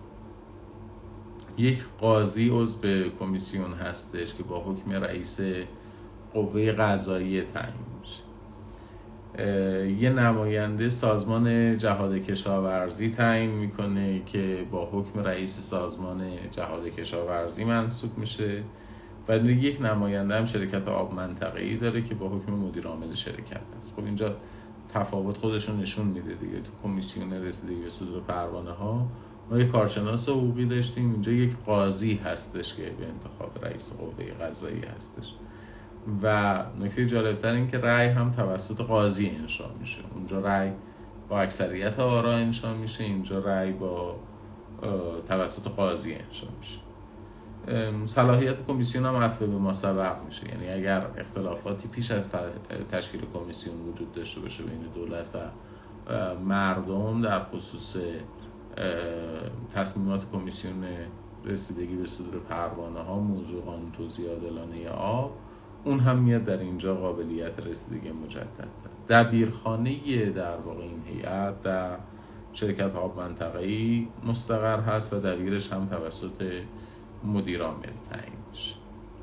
یک قاضی عضو به کمیسیون هستش که با حکم رئیس قوه قضاییه تعیین میشه. یه نماینده سازمان جهاد کشاورزی تعیین میکنه که با حکم رئیس سازمان جهاد کشاورزی منصوب میشه و یک نماینده هم شرکت آب منطقه‌ای داره که با حکم مدیر عامل شرکت هست. خب اینجا تفاوت خودشون نشون میده دیگه. تو کمیسیون رسیدگی به صدور پروانه ها ما یک کارشناس حقوقی داشتیم، اینجا یک قاضی هستش که به انتخاب رئیس قوه قضاییه هستش و نکته جالبتر این که رأی هم توسط قاضی انشا میشه. اونجا رأی با اکثریت آرا انشا میشه، اینجا رأی با توسط قاضی انشا میشه. صلاحیت کمیسیون هم عطف به ما سبق میشه، یعنی اگر اختلافاتی پیش از تشکیل کمیسیون وجود داشته باشه بین دولت و مردم در خصوص تصمیمات کمیسیون رسیدگی به صدور پروانه ها موضوع قانون توزیع عادلانه آب، اون هم میاد در اینجا قابلیت رسیدگی مجدد داره. دبیرخانه در واقع این هیئت در شرکت آب منطقه‌ای مستقر هست و دبیرش هم توسط مدیر عامل تعیین میشه.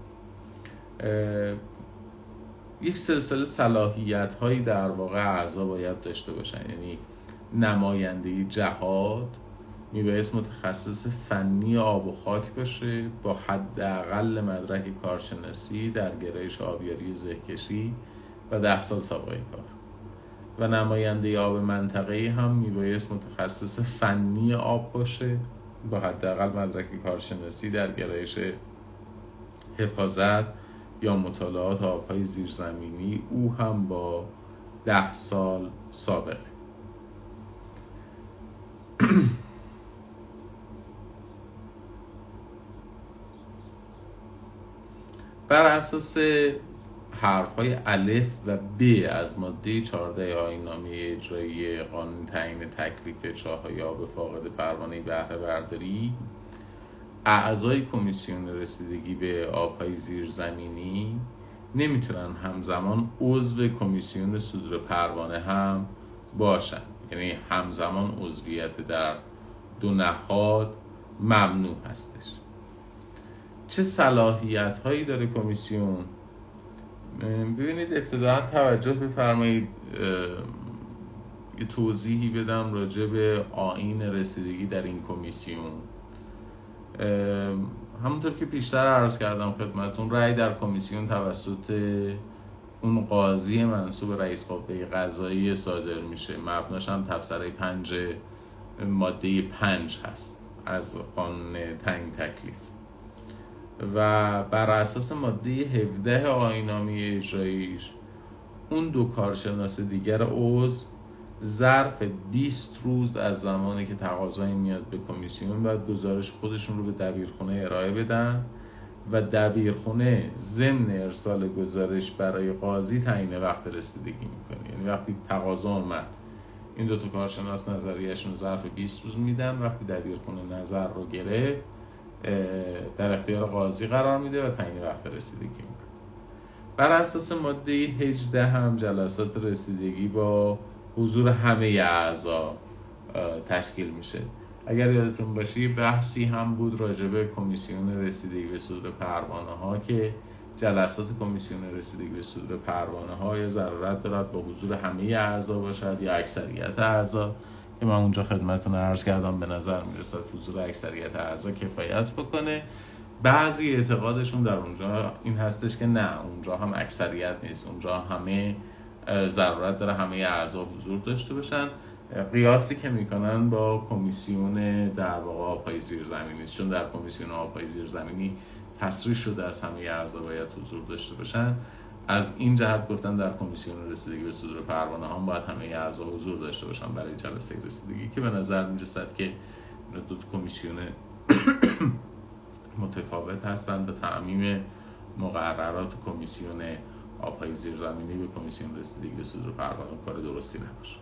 یک سلسله صلاحیت هایی در واقع اعضا باید داشته باشن، یعنی نماینده جهاد میبایست متخصص فنی آب و خاک باشه با حداقل مدرک کارشناسی در گرایش آبیاری زهکشی و 10 سال سابقه کار. و نماینده آب منطقه‌ای هم میبایست متخصص فنی آب باشه با حداقل مدرک کارشناسی در گرایش حفاظت یا مطالعات آبهای زیرزمینی، او هم با 10 سال سابقه. بر اساس حرف‌های الف و ب از ماده 14 آیین‌نامه اجرایی قانون تعیین تکلیف چاه‌های آب فاقد پروانه بهره برداری، اعضای کمیسیون رسیدگی به آبهای زیرزمینی نمیتونن همزمان عضو کمیسیون صدور پروانه هم باشن، یعنی همزمان عضویت در 2 نهاد ممنوع هستش. چه صلاحیت هایی داره کمیسیون؟ ببینید ابتداً توجه بفرمایید یه توضیحی بدم راجع به آیین رسیدگی در این کمیسیون. همونطور که پیشتر عرض کردم خدمتون، رأی در کمیسیون توسط اون قاضی منصوب رئیس قوه قضاییه صادر میشه. مبناش هم تبصره 5 ماده 5 هست از قانون تعیین تکلیف و بر اساس ماده 17 آیین‌نامه اجراییش اون دو کارشناس دیگر عضو ظرف 20 روز از زمانی که تقاضایی میاد به کمیسیون باید گزارش خودشون رو به دبیرخونه ارائه بدن و دبیرخونه ضمن ارسال گزارش برای قاضی تعیین وقت رسیدگی میکنه. یعنی وقتی تقاضا اومد این دو تا کارشناس نظریه‌شون ظرف 20 روز میدن، وقتی دبیرخونه نظر رو گرفت در اختیار قاضی قرار میده و تعیین وقت رسیدگی میکنه. بر اساس ماده 18 هم جلسات رسیدگی با حضور همه اعضا تشکیل میشه. اگر یادتون باشه بحثی هم بود راجع به کمیسیون رسیدگی به صدور پروانه ها که جلسات کمیسیون رسیدگی به صدور پروانه ها یا ضرورت دارد با حضور همه اعضا باشد یا اکثریت اعضا، که من اونجا خدمتتون عرض کردم به نظر میرسد حضور اکثریت اعضا کفایت بکنه. بعضی اعتقادشون در اونجا این هستش که نه، اونجا هم اکثریت نیست، اونجا همه ضرورت داره همه اعضا حضور داشته باشن. قیاسی که میکنن با کمیسیون در واقع آب‌های زیرزمینی، چون در کمیسیون آب‌های زیرزمینی تصریح شده از همه اعضا باید حضور داشته باشن. از این جهت گفتن در کمیسیون رسیدگی به صدور پروانه ها باید همه اعضا حضور داشته باشن برای جلسه رسیدگی، که به نظر میرسد که دو کمیسیون متفاوت هستند به تعمیم مقررات کمیسیون آب‌های زیرزمینی به کمیسیون رسیدگی به صدور پروانه کار درستی نباشه.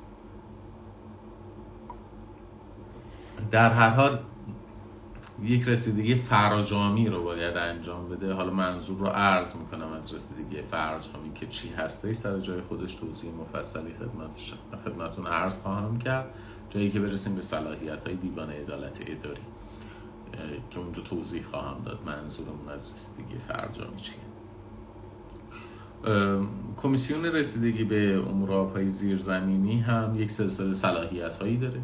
در هر حال یک رسیدگی فرجامی رو باید انجام بده. حالا منظور رو عرض میکنم از رسیدگی فرجامی که چی هسته سر جای خودش توضیح مفصلی خدمتتون عرض خواهم کرد، جایی که برسیم به صلاحیت‌های دیوان عدالت اداری که اونجا توضیح خواهم داد منظورمون از رسیدگی فرجامی چیه. کمیسیون رسیدگی به امور آب‌های زیرزمینی هم یک سلسله صلاحیت‌هایی داره.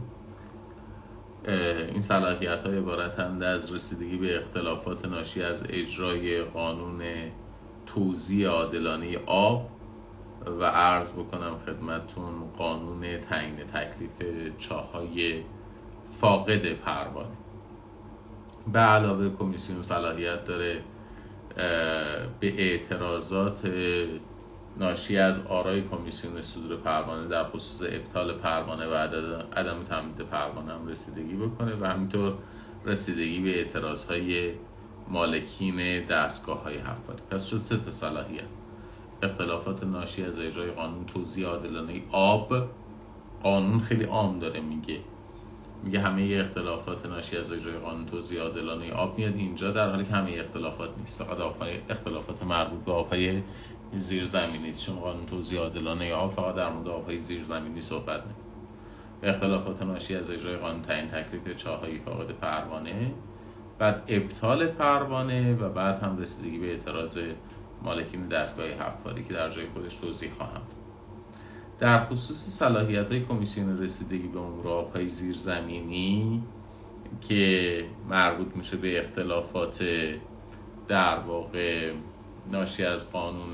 این صلاحیت‌ها عبارتند از رسیدگی به اختلافات ناشی از اجرای قانون توزیع عادلانه آب و عرض بکنم خدمتتون قانون تعیین تکلیف چاه‌های فاقد پروانه. به علاوه کمیسیون صلاحیت داره به اعتراضات ناشی از آرای کمیسیون صدور پروانه در خصوص ابطال پروانه و عدم تمدید پروانه هم رسیدگی بکنه و همینطور رسیدگی به اعتراضهای مالکین دستگاه‌های حفاری. پس شد 3 تا صلاحیت: اختلافات ناشی از اجرای قانون توزیع عادلانه آب. قانون خیلی عام داره میگه همه اختلافات ناشی از اجرای قانون توزیع عادلانه آب میاد اینجا، در حالی که همه اختلافات نیست، فقط اختلافات مربوط به آب‌های زیرزمینی، چون قانون توزیع عادلانه آب فقط در مورد آب‌های زیرزمینی صحبت می‌کنه. اختلافات ناشی از اجرای قانون تعیین تکلیف چاه‌های فاقد پروانه، بعد ابطال پروانه و بعد هم رسیدگی به اعتراض مالکین دستگاه حفاری که در جای خودش توضیح خواهم داد. در خصوص صلاحیت‌های کمیسیون رسیدگی به امور آب‌های زیرزمینی که مربوط میشه به اختلافات در واقع ناشی از قانون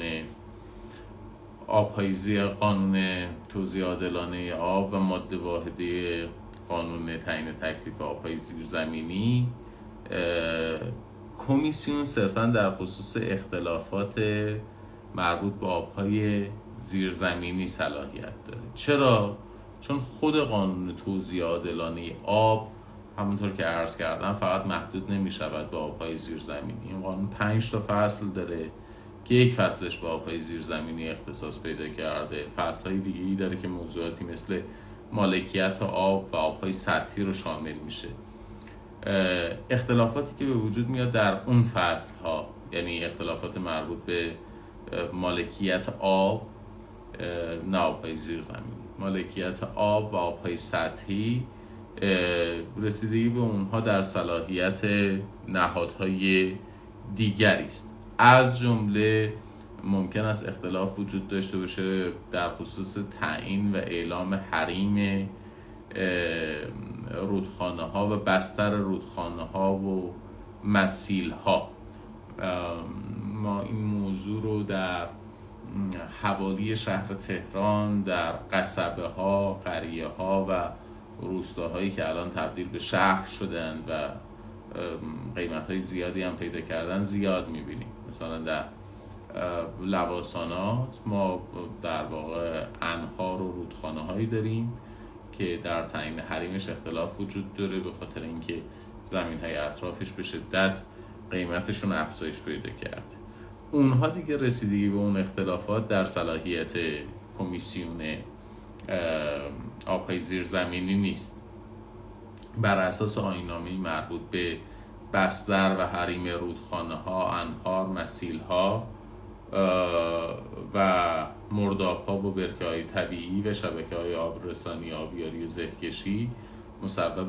قانون توزیع عادلانه آب و ماده واحده قانون تعیین تکلیف آب‌های زیرزمینی، کمیسیون صرفاً در خصوص اختلافات مربوط به آب‌های زیرزمینی صلاحیت داره. چرا؟ چون خود قانون توزیع عادلانه آب همونطور که عرض کردم فقط محدود نمی‌شود به آب‌های زیرزمینی. این قانون 5 تا فصل داره که یک فصلش به آب‌های زیرزمینی اختصاص پیدا کرده. فصل‌های دیگه‌ای داره که موضوعاتی مثل مالکیت آب و آب‌های سطحی رو شامل میشه. اختلافاتی که به وجود میاد در اون فصل‌ها، یعنی اختلافات مربوط به مالکیت آب، نه آب‌های زیرزمینی، مالکیت آب و آب‌های سطحی، رسیدگی به اونها در صلاحیت نهادهای دیگری است. از جمله ممکن است اختلاف وجود داشته باشه در خصوص تعیین و اعلام حریم رودخانه ها و بستر رودخانه ها و مسیل ها. ما این موضوع رو در حوالی شهر تهران، در قصبه ها، قریه ها و روستاهایی که الان تبدیل به شهر شدن و قیمت های زیادی هم پیدا کردن زیاد میبینیم. مثلا در لواسانات ما در واقع انهار و رودخانه هایی داریم که در تعیین حریمش اختلاف وجود داره، به خاطر اینکه زمین های اطرافش به شدت قیمتشون افزایش پیدا کرد. اونها دیگه رسیدگی به اون اختلافات در صلاحیت کمیسیون آبهای زیرزمینی نیست. بر اساس آیین‌نامه‌ای مربوط به بستر و حریم رودخانه ها، انهار، مسیل ها و مرداب ها و برکه های طبیعی و شبکه های آبرسانی، آبیاری و زهکشی مصوب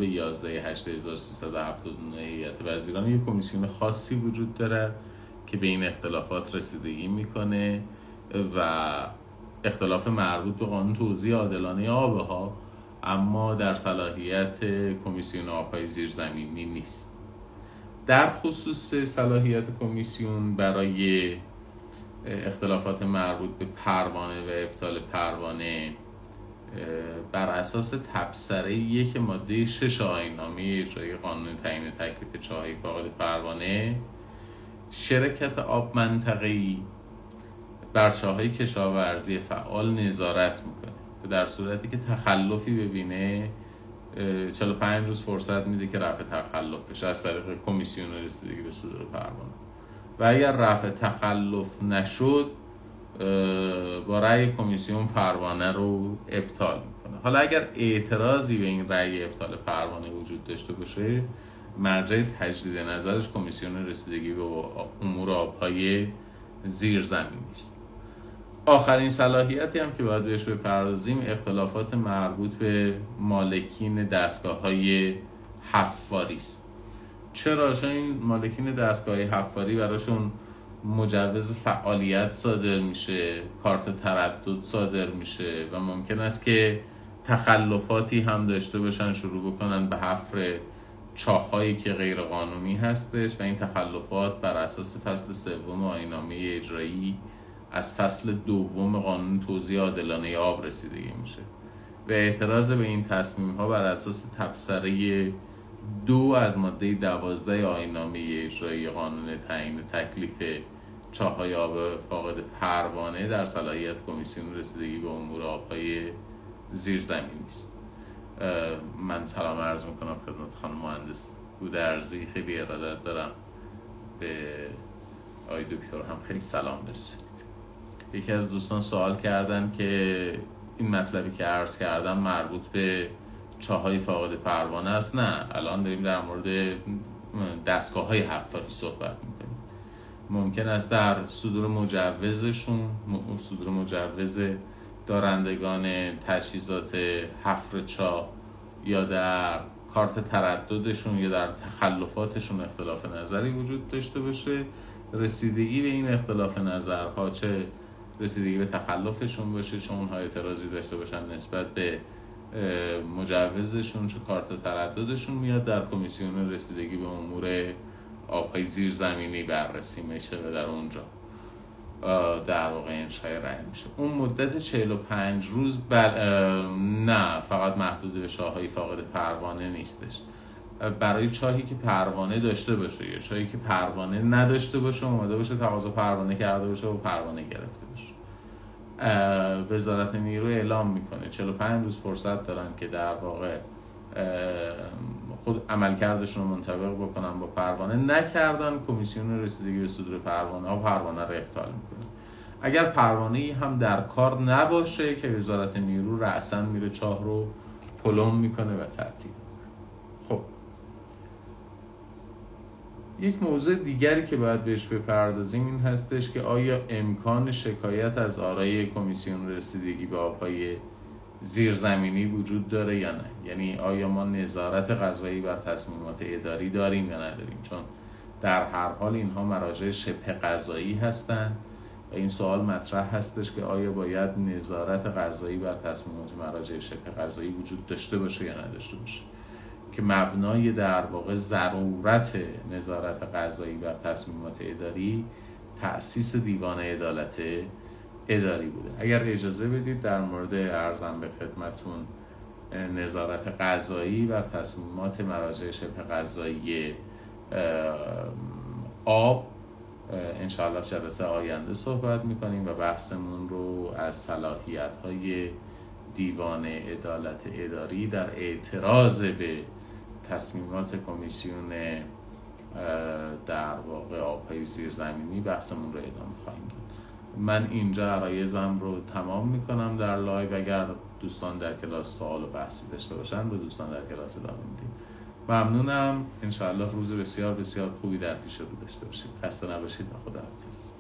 11/8379 هیئت وزیران یک کمیسیون خاصی وجود دارد که به این اختلافات رسیدگی میکنه و اختلاف مربوط به قانون توزیع عادلانه آبها اما در صلاحیت کمیسیون آبهای زیرزمینی نیست. در خصوص صلاحیت کمیسیون برای اختلافات مربوط به پروانه و ابطال پروانه بر اساس تبصره 1 ماده 6 آیین‌نامه اجرایی قانون تعیین تکلیف چاه‌های فاقد پروانه، شرکت آب منطقه‌ای بر چاه‌های کشاورزی فعال نظارت میکنه و در صورتی که تخلفی ببینه 45 روز فرصت میده که رفع تخلف بشه از طریق کمیسیون رسیدگی به صدور پروانه و اگر رفع تخلف نشد با رأی کمیسیون پروانه رو ابطال میکنه. حالا اگر اعتراضی به این رأی ابطال پروانه وجود داشته باشه، مرجع تجدید نظرش کمیسیون رسیدگی به امور آبهای زیرزمینی است. آخرین صلاحیتی هم که باید بهش بپردازیم اختلافات مربوط به مالکین دستگاه‌های حفاری است. چرا؟ چون این مالکین دستگاه‌های حفاری براشون مجوز فعالیت صادر میشه، کارت تردد صادر میشه و ممکن است که تخلفاتی هم داشته باشن، شروع بکنن به حفر چاه‌هایی که غیر قانونی هستش و این تخلفات بر اساس فصل 3 آیین‌نامه اجرایی از فصل 2 قانون توزیع عادلانه آب رسیدگی میشه و اعتراض به این تصمیم‌ها بر اساس تبصره 2 از ماده 12 آیین‌نامه اجرایی قانون تعیین تکلیف چاه‌های آب فاقد پروانه در صلاحیت کمیسیون رسیدگی به امور آبهای زیرزمینی است. من سلام عرض میکنم خدمت خانم مهندس گودرزی، خیلی ارادت دارم به آقای دکتر هم خیلی سلام برسونید. یکی از دوستان سوال کردن که این مطلبی که عرض کردم مربوط به چاه‌های فاقد پروانه است. نه، الان داریم در مورد دستگاه‌های حفاری صحبت میکنیم. ممکن است در صدور مجوز دارندگان تجهیزات حفر چاه یا در کارت ترددشون یا در تخلفاتشون اختلاف نظری وجود داشته باشه. رسیدگی به این اختلاف نظرها، چه رسیدگی به تخلفشون باشه، چون اونها اعتراضی داشته باشن نسبت به مجوزشون، چه کارت ترددشون، میاد در کمیسیون رسیدگی به امور آبهای زیرزمینی بررسی میشه و در اونجا در واقع انشای رأی میشه. اون مدت 45 روز نه فقط محدود به چاه‌های فاقد پروانه نیستش. برای چاهی که پروانه داشته باشه یا چاهی که پروانه نداشته باشه، اومده باشه تقاضا پروانه کرده باشه و پروانه گرفته باشه، وزارت نیرو اعلام میکنه 45 روز فرصت دارن که در واقع خود عملکردشون رو منطبق بکنن با پروانه. نکردن، کمیسیون رسیدگی به صدور پروانه رو ابطال میکنه. اگر پروانه‌ای هم در کار نباشه که وزارت نیرو رأساً میره چاه رو پلم میکنه و تعطیل. خب یک موضوع دیگری که باید بهش بپردازیم این هستش که آیا امکان شکایت از آرای کمیسیون رسیدگی به آبهای زیرزمینی وجود داره یا نه؟ یعنی آیا ما نظارت قضایی بر تصمیمات اداری داریم یا نداریم؟ چون در هر حال اینها مراجع شبه قضایی هستند و این سوال مطرح هستش که آیا باید نظارت قضایی بر تصمیمات مراجع شبه قضایی وجود داشته باشه یا نداشته باشه، که مبنای در واقع ضرورت نظارت قضایی بر تصمیمات اداری تأسیس دیوان عدالت اداری بوده. اگر اجازه بدید در مورد عرضم به خدمتون نظارت قضایی بر تصمیمات مراجع شبه قضایی آب انشاءالله جلسه آینده صحبت میکنیم و بحثمون رو از صلاحیت‌های دیوان عدالت اداری در اعتراض به تصمیمات کمیسیون در واقع آب‌های زیرزمینی بحثمون رو ادامه خواهیم داد. من اینجا عرایزم رو تمام میکنم در لایو. اگر دوستان در کلاس سوال و بحثی داشته باشن به دوستان در کلاس ادامه میدیم. ممنونم. انشاءالله روز بسیار بسیار خوبی در پیش رو داشته باشید. خسته نباشید و خداحافظ.